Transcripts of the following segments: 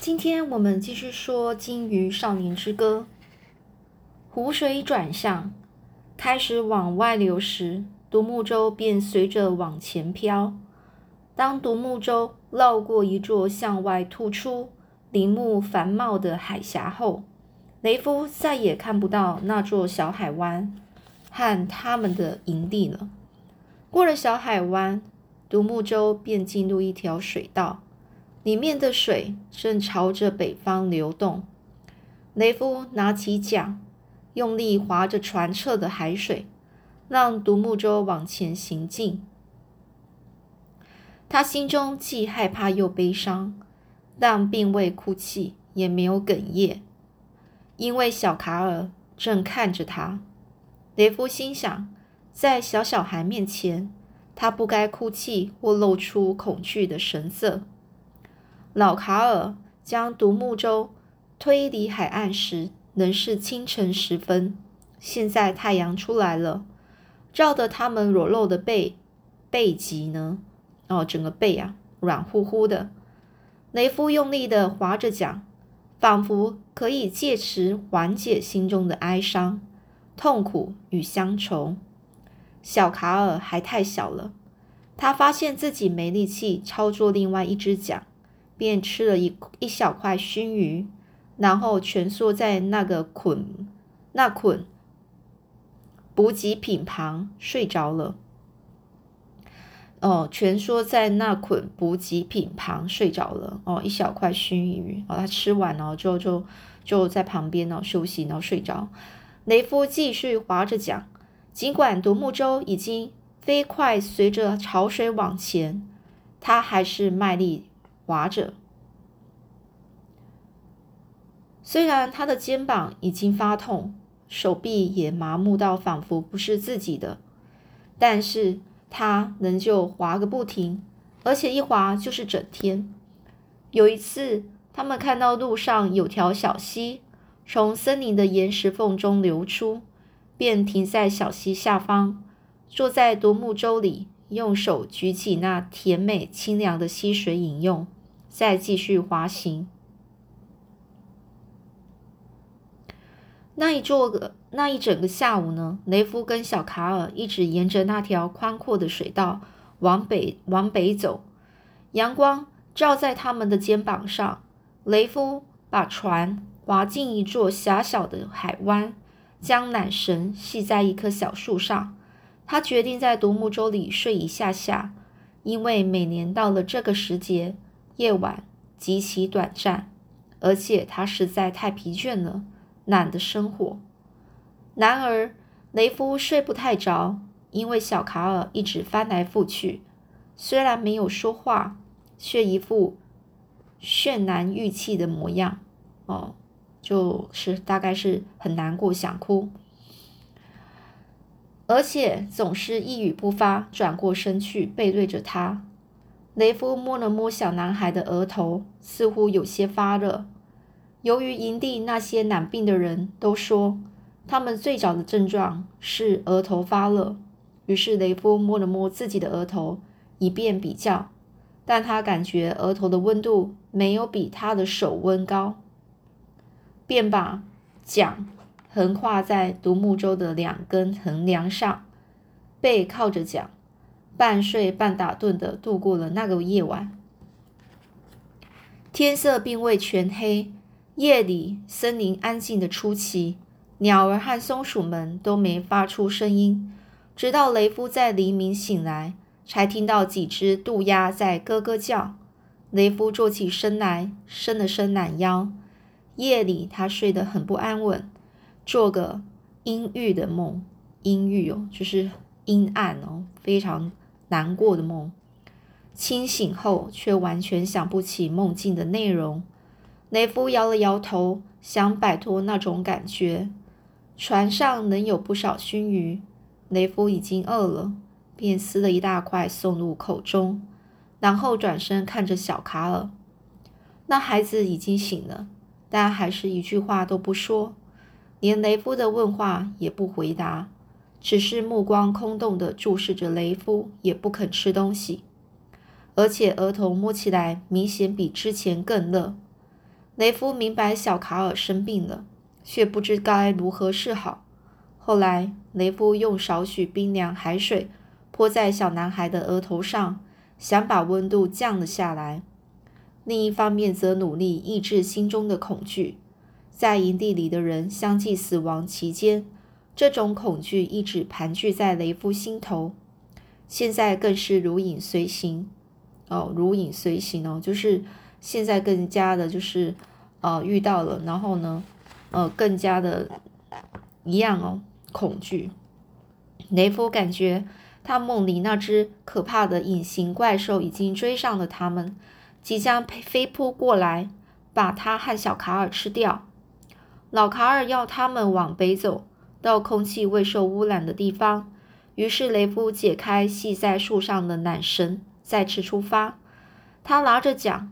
今天我们继续说《金鱼少年之歌》。湖水转向，开始往外流时，独木舟便随着往前飘。当独木舟绕过一座向外突出、林木繁茂的海峡后，雷夫再也看不到那座小海湾和他们的营地了。过了小海湾，独木舟便进入一条水道，里面的水正朝着北方流动。雷夫拿起桨，用力划着船侧的海水，让独木舟往前行进。他心中既害怕又悲伤，但并未哭泣，也没有哽咽，因为小卡尔正看着他。雷夫心想，在小孩面前，他不该哭泣或露出恐惧的神色。老卡尔将独木舟推离海岸时，仍是清晨时分。现在太阳出来了，照得他们裸露的背脊呢，整个背软乎乎的。雷夫用力地划着桨，仿佛可以借此缓解心中的哀伤、痛苦与乡愁。小卡尔还太小了，他发现自己没力气操作另外一只桨，便吃了一小块熏鱼，然后蜷缩在那捆补给品旁睡着了。蜷缩在那捆补给品旁睡着了。一小块熏鱼，他吃完就在旁边休息，然后睡着。雷夫继续划着桨，尽管独木舟已经飞快随着潮水往前，他还是卖力划着。虽然他的肩膀已经发痛，手臂也麻木到仿佛不是自己的，但是他仍旧划个不停，而且一划就是整天。有一次，他们看到路上有条小溪从森林的岩石缝中流出，便停在小溪下方，坐在独木舟里，用手举起那甜美清凉的溪水饮用，再继续滑行。那一整个下午呢，雷夫跟小卡尔一直沿着那条宽阔的水道往北走。阳光照在他们的肩膀上，雷夫把船划进一座狭小的海湾，将缆绳系在一棵小树上。他决定在独木舟里睡一下下，因为每年到了这个时节，夜晚极其短暂，而且他实在太疲倦了，懒得生火。然而雷夫睡不太着，因为小卡尔一直翻来覆去，虽然没有说话，却一副泫然欲泣的模样。大概是很难过，想哭，而且总是一语不发，转过身去背对着他。雷夫摸了摸小男孩的额头，似乎有些发热。由于营地那些染病的人都说他们最早的症状是额头发热，于是雷夫摸了摸自己的额头，以便比较，但他感觉额头的温度没有比他的手温高，便把桨横跨在独木舟的2根横梁上，背靠着桨，半睡半打盹地度过了那个夜晚。天色并未全黑，夜里森林安静的出奇，鸟儿和松鼠们都没发出声音，直到雷夫在黎明醒来，才听到几只渡鸦在咯咯叫。雷夫坐起身来，伸了伸懒腰。夜里他睡得很不安稳，做个阴郁的梦。阴郁就是阴暗非常难过的梦。清醒后却完全想不起梦境的内容。雷夫摇了摇头，想摆脱那种感觉。船上仍有不少熏鱼，雷夫已经饿了，便撕了一大块送入口中，然后转身看着小卡尔。那孩子已经醒了，但还是一句话都不说，连雷夫的问话也不回答，只是目光空洞地注视着雷夫，也不肯吃东西，而且额头摸起来明显比之前更热。 雷夫明白小卡尔生病了，却不知该如何是好。后来，雷夫用少许冰凉海水泼在小男孩的额头上，想把温度降了下来。另一方面则努力抑制心中的恐惧。在营地里的人相继死亡期间，这种恐惧一直盘踞在雷夫心头，现在更是如影随形。如影随形哦，就是现在更加的就是遇到了，然后呢更加的一样恐惧。雷夫感觉他梦里那只可怕的隐形怪兽已经追上了他们，即将飞扑过来，把他和小卡尔吃掉。老卡尔要他们往北走，到空气未受污染的地方。于是雷夫解开系在树上的缆绳，再次出发。他拿着桨，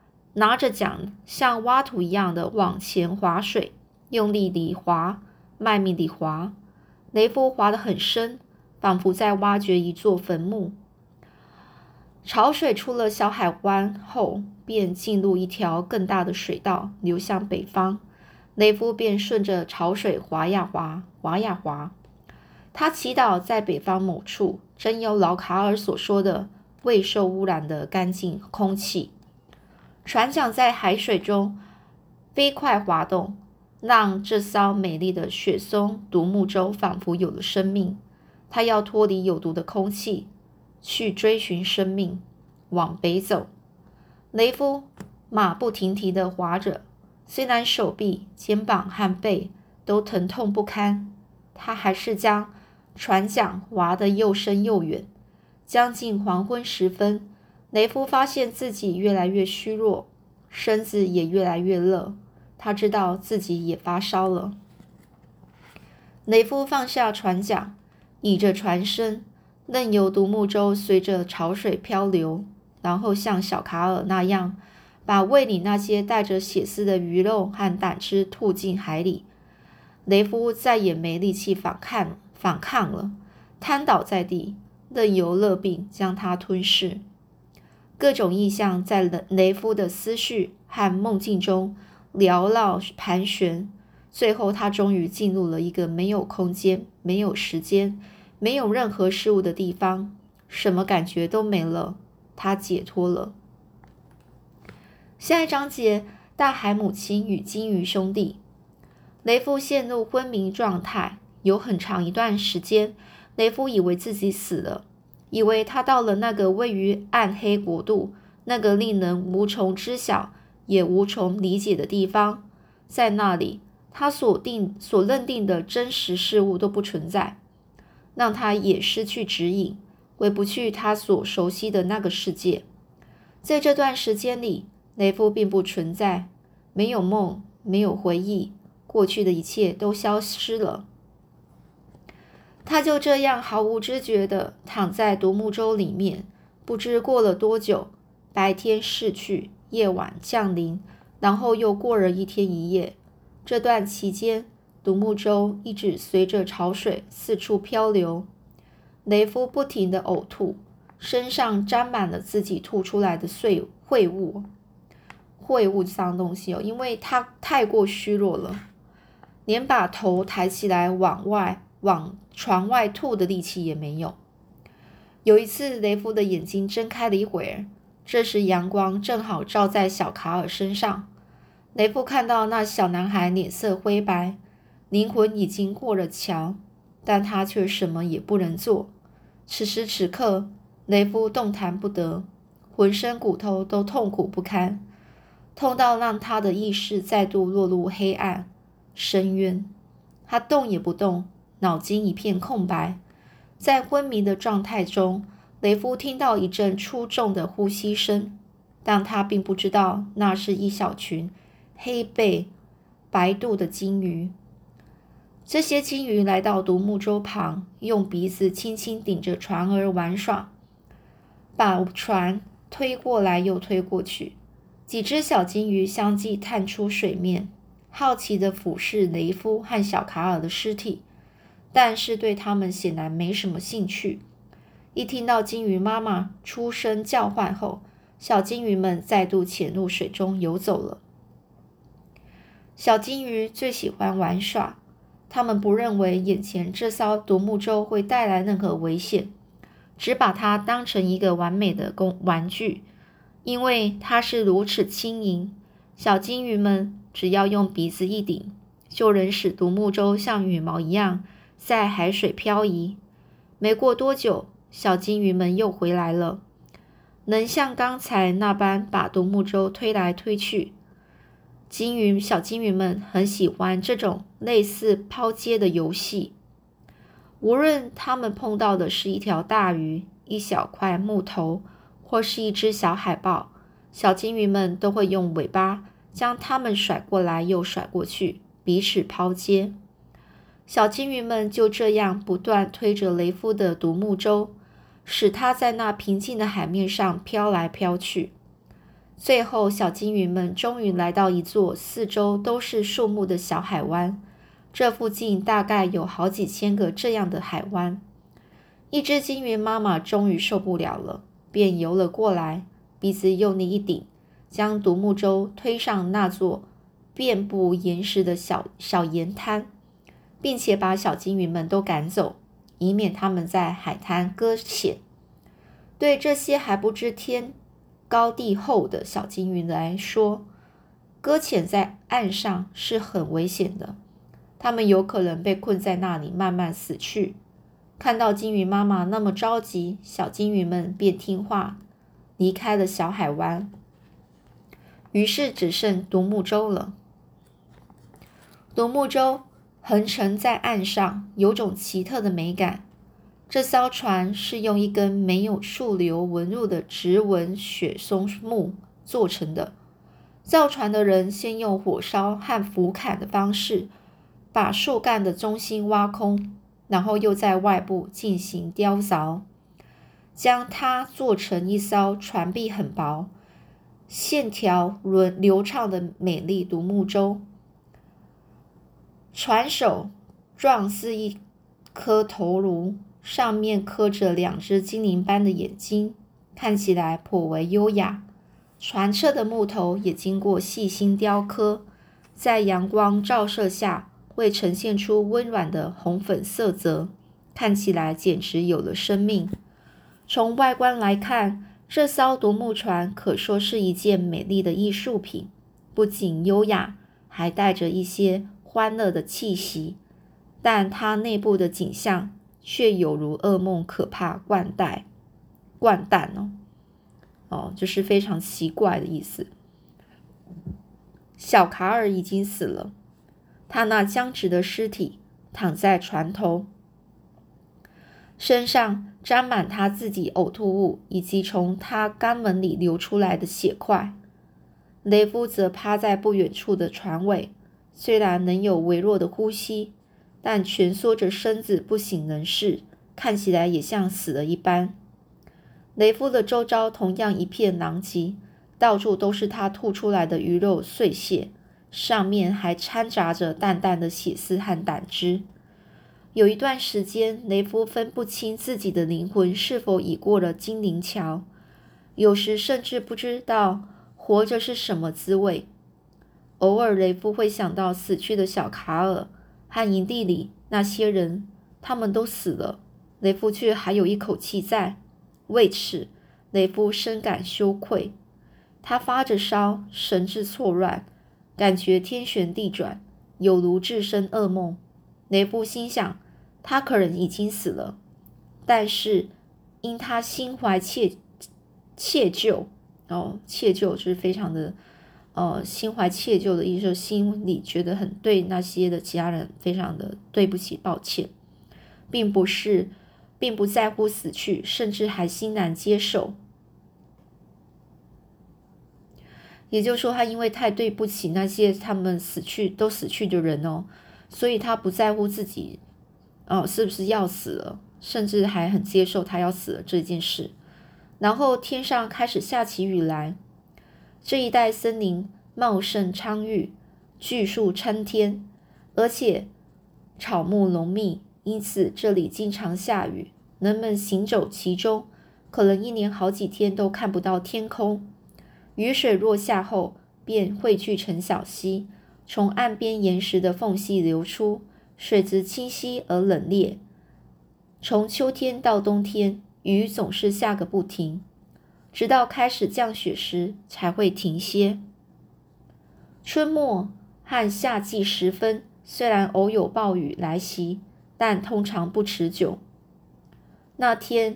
像挖土一样的往前划水，用力地划，卖命地划。雷夫划得很深，仿佛在挖掘一座坟墓。潮水出了小海湾后，便进入一条更大的水道，流向北方。雷夫便顺着潮水划呀划，划呀划。他祈祷在北方某处真有老卡尔所说的未受污染的干净空气。船桨在海水中飞快滑动，让这艘美丽的雪松独木舟仿佛有了生命。它要脱离有毒的空气，去追寻生命，往北走。雷夫马不停蹄地划着，虽然手臂、肩膀和背都疼痛不堪，他还是将船桨划得又深又远。将近黄昏时分，雷夫发现自己越来越虚弱，身子也越来越热，他知道自己也发烧了。雷夫放下船桨，倚着船身，任由独木舟随着潮水漂流，然后像小卡尔那样，把胃里那些带着血丝的鱼肉和胆汁吐进海里。雷夫再也没力气反抗了，瘫倒在地，任由热病将他吞噬。各种意象在雷夫的思绪和梦境中缭绕盘旋，最后他终于进入了一个没有空间、没有时间、没有任何事物的地方，什么感觉都没了，他解脱了。下一章节，大海母亲与鲸鱼兄弟。雷夫陷入昏迷状态，有很长一段时间，雷夫以为自己死了，以为他到了那个位于暗黑国度，那个令人无从知晓也无从理解的地方。在那里，他所认定的真实事物都不存在，让他也失去指引，回不去他所熟悉的那个世界。在这段时间里，雷夫并不存在，没有梦，没有回忆，过去的一切都消失了。他就这样毫无知觉地躺在独木舟里面，不知过了多久，白天逝去，夜晚降临，然后又过了一天一夜。这段期间，独木舟一直随着潮水四处漂流。雷夫不停地呕吐，身上沾满了自己吐出来的秽物脏东西因为他太过虚弱了，连把头抬起来往船外吐的力气也没有。有一次，雷夫的眼睛睁开了一会儿，这时阳光正好照在小卡尔身上。雷夫看到那小男孩脸色灰白，灵魂已经过了桥，但他却什么也不能做。此时此刻，雷夫动弹不得，浑身骨头都痛苦不堪，痛到让他的意识再度落入黑暗深渊。他动也不动，脑筋一片空白。在昏迷的状态中，雷夫听到一阵粗重的呼吸声，但他并不知道那是一小群黑背白肚的鲸鱼。这些鲸鱼来到独木舟旁，用鼻子轻轻顶着船儿玩耍，把船推过来又推过去。几只小鲸鱼相继探出水面，好奇地俯视雷夫和小卡尔的尸体，但是对他们显然没什么兴趣。一听到鲸鱼妈妈出声叫唤后，小鲸鱼们再度潜入水中游走了。 小金鱼最喜欢玩耍，它们不认为眼前这艘独木舟会带来任何危险，只把它当成一个完美的玩具，因为它是如此轻盈。小金鱼们只要用鼻子一顶，就能使独木舟像羽毛一样在海水漂移。没过多久，小金鱼们又回来了，能像刚才那般把独木舟推来推去。小金鱼们很喜欢这种类似抛接的游戏。无论它们碰到的是一条大鱼、一小块木头，或是一只小海豹，小金鱼们都会用尾巴将它们甩过来又甩过去，彼此抛接。小金鱼们就这样不断推着雷夫的独木舟，使它在那平静的海面上飘来飘去。最后，小金鱼们终于来到一座四周都是树木的小海湾。这附近大概有好几千个这样的海湾。一只金鱼妈妈终于受不了了，便游了过来，鼻子用力一顶，将独木舟推上那座遍布岩石的小岩滩，并且把小金鱼们都赶走，以免它们在海滩搁浅。对这些还不知天高地厚的小金鱼来说，搁浅在岸上是很危险的，它们有可能被困在那里慢慢死去。看到金鱼妈妈那么着急，小金鱼们便听话离开了小海湾，于是只剩独木舟了。独木舟横沉在岸上，有种奇特的美感。这艘船是用一根没有树瘤纹路的直纹雪松木做成的。造船的人先用火烧和斧砍的方式把树干的中心挖空，然后又在外部进行雕凿，将它做成一艘船壁很薄、线条流畅的美丽独木舟。船首状似一颗头颅，上面刻着2只精灵般的眼睛，看起来颇为优雅。船侧的木头也经过细心雕刻，在阳光照射下会呈现出温软的红粉色泽，看起来简直有了生命。从外观来看，这艘独木船可说是一件美丽的艺术品，不仅优雅，还带着一些欢乐的气息，但它内部的景象却有如噩梦，可怕掼蛋就是非常奇怪的意思。小卡尔已经死了，他那僵直的尸体躺在船头，身上沾满他自己呕吐物以及从他肛门里流出来的血块。雷夫则趴在不远处的船尾，虽然能有微弱的呼吸，但蜷缩着身子不省人事，看起来也像死了一般。雷夫的周遭同样一片狼藉，到处都是他吐出来的鱼肉碎屑，上面还掺杂着淡淡的血丝和胆汁。有一段时间，雷夫分不清自己的灵魂是否已过了精灵桥，有时甚至不知道活着是什么滋味。偶尔雷夫会想到死去的小卡尔和营地里那些人，他们都死了，雷夫却还有一口气在。为此，雷夫深感羞愧。他发着烧，神志错乱，感觉天旋地转，有如置身噩梦。雷夫心想，他可能已经死了，但是因他心怀歉疚，歉疚就是非常的心怀歉疚的意思，心里觉得很对那些的其他人非常的对不起抱歉，并不在乎死去，甚至还欣然接受。也就是说，他因为太对不起那些他们死去的人所以他不在乎自己是不是要死了，甚至还很接受他要死了这件事。然后天上开始下起雨来，这一带森林茂盛苍郁，巨树参天，而且草木浓密，因此这里经常下雨，人们行走其中，可能一连好几天都看不到天空。雨水落下后便汇聚成小溪， 从岸边岩石的缝隙流出，水质清晰而冷冽。从秋天到冬天，雨总是下个不停，直到开始降雪时才会停歇。春末和夏季时分，虽然偶有暴雨来袭，但通常不持久。那天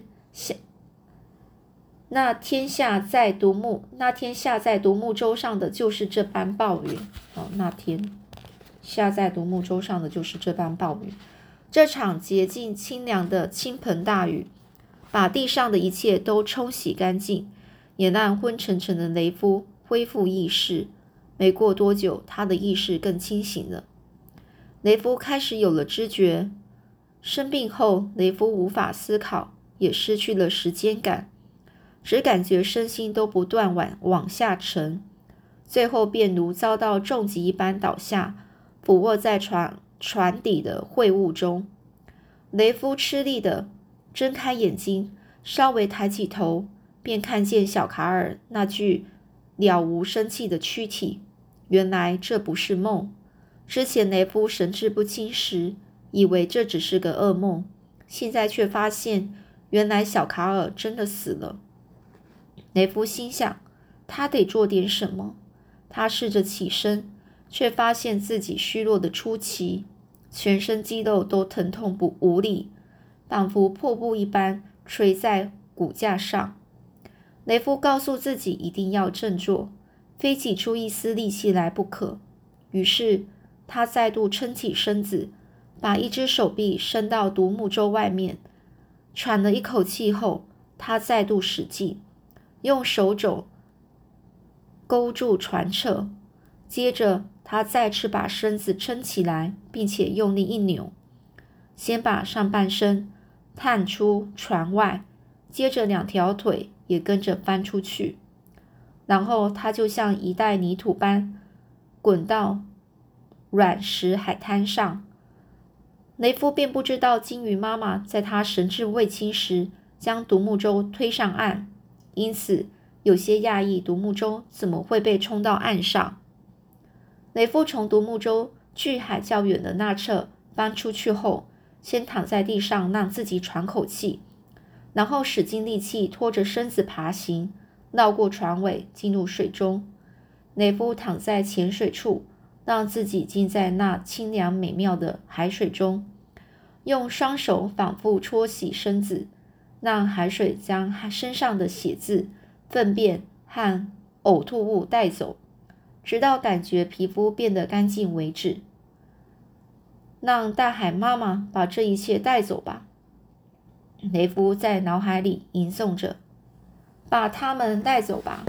下在独木舟上的就是这般暴雨。那天下在独木舟上的就是这般暴雨。这场洁净清凉的倾盆大雨，把地上的一切都冲洗干净，也让昏沉沉的雷夫恢复意识。没过多久，他的意识更清醒了。雷夫开始有了知觉。生病后，雷夫无法思考，也失去了时间感，只感觉身心都不断往下沉，最后便如遭到重击一般倒下，俯卧在船底的秽物中。雷夫吃力地睁开眼睛，稍微抬起头，便看见小卡尔那具了无生气的躯体。原来这不是梦。之前雷夫神志不清时，以为这只是个噩梦，现在却发现原来小卡尔真的死了。雷夫心想，他得做点什么。他试着起身，却发现自己虚弱的出奇，全身肌肉都疼痛无力，仿佛破布一般垂在骨架上。雷夫告诉自己一定要振作，非挤出一丝力气来不可。于是他再度撑起身子，把一只手臂伸到独木舟外面，喘了一口气后，他再度使劲，用手肘勾住船侧。接着他再次把身子撑起来，并且用力一扭，先把上半身探出船外，接着两条腿也跟着翻出去，然后他就像一袋泥土般滚到软石海滩上。雷夫并不知道金鱼妈妈在他神志未清时将独木舟推上岸，因此有些讶异独木舟怎么会被冲到岸上。雷夫从独木舟距海较远的那侧翻出去后，先躺在地上让自己喘口气，然后使尽力气拖着身子爬行，绕过船尾进入水中。雷夫躺在浅水处，让自己浸在那清凉美妙的海水中，用双手反复搓洗身子，让海水将身上的血渍、粪便和呕吐物带走，直到感觉皮肤变得干净为止。让大海妈妈把这一切带走吧，雷夫在脑海里吟诵着，把他们带走吧，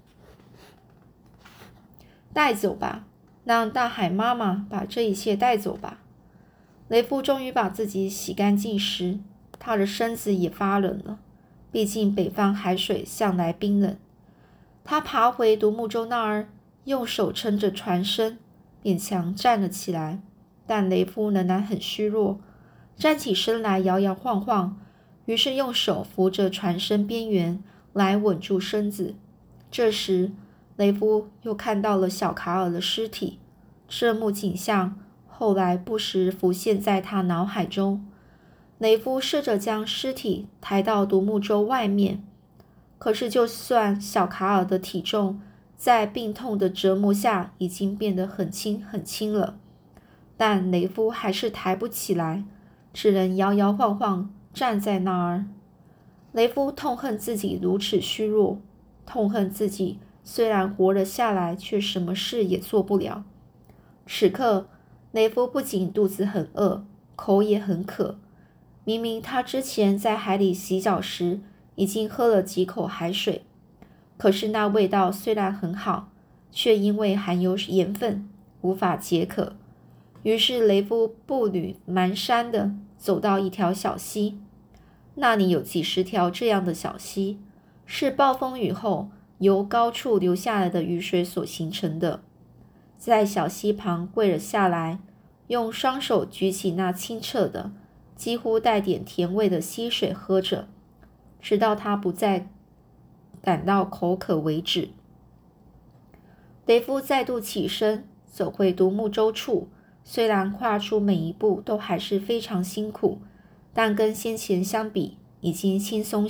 带走吧，让大海妈妈把这一切带走吧。雷夫终于把自己洗干净时，他的身子也发冷了，毕竟北方海水向来冰冷。他爬回独木舟那儿，用手撑着船身，勉强站了起来，但雷夫仍然很虚弱，站起身来摇摇晃晃，于是用手扶着船身边缘来稳住身子。这时雷夫又看到了小卡尔的尸体，这幕景象后来不时浮现在他脑海中。雷夫试着将尸体抬到独木舟外面，可是就算小卡尔的体重在病痛的折磨下已经变得很轻很轻了，但雷夫还是抬不起来，只能摇摇晃晃站在那儿。雷夫痛恨自己如此虚弱，痛恨自己虽然活了下来，却什么事也做不了。此刻雷夫不仅肚子很饿，口也很渴。明明他之前在海里洗澡时已经喝了几口海水，可是那味道虽然很好，却因为含有盐分无法解渴。于是雷夫步履蹒跚地走到一条小溪，那里有几十条这样的小溪，是暴风雨后由高处流下来的雨水所形成的。在小溪旁跪了下来，用双手举起那清澈的几乎带点甜味的溪水喝着，直到他不再感到口渴为止。雷夫再度起身， 走回独木舟处，虽然跨出每一步都还是非常辛苦，但跟先前相比，已经轻松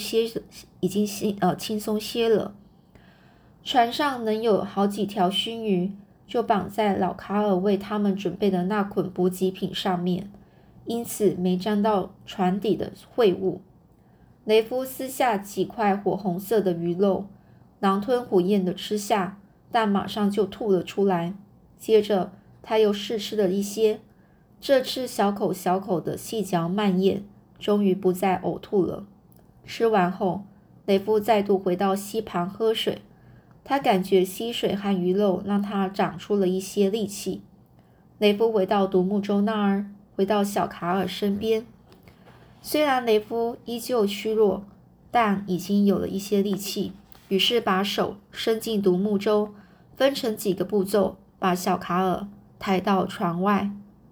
些了。船上能有好几条熏鱼，就绑在老卡尔为他们准备的那捆补给品上面，因此没沾到船底的秽物。雷夫撕下几块火红色的鱼肉，狼吞虎咽地吃下，但马上就吐了出来。接着他又试吃了一些，这次小口小口的细嚼慢咽，终于不再呕吐了。吃完后，雷夫再度回到溪旁喝水，他感觉溪水和鱼肉让他长出了一些力气。雷夫回到独木舟那儿，回到小卡尔身边。虽然雷夫依旧虚弱，但已经有了一些力气，于是把手伸进独木舟，分成几个步骤，把小卡尔抬到船外，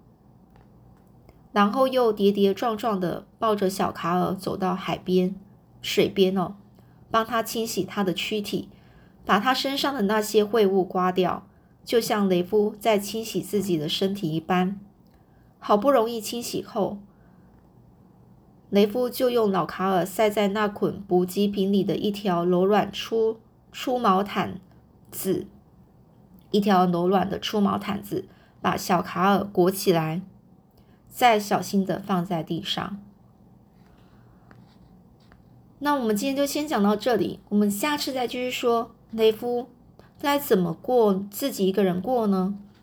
然后又跌跌撞撞地抱着小卡尔走到水边帮他清洗他的躯体，把他身上的那些秽物刮掉，就像雷夫在清洗自己的身体一般。好不容易清洗后，雷夫就用老卡尔塞在那捆补给品里的一条柔软的粗毛毯子，把小卡尔裹起来，再小心地放在地上。那我们今天就先讲到这里，我们下次再继续说雷夫该怎么自己一个人过呢？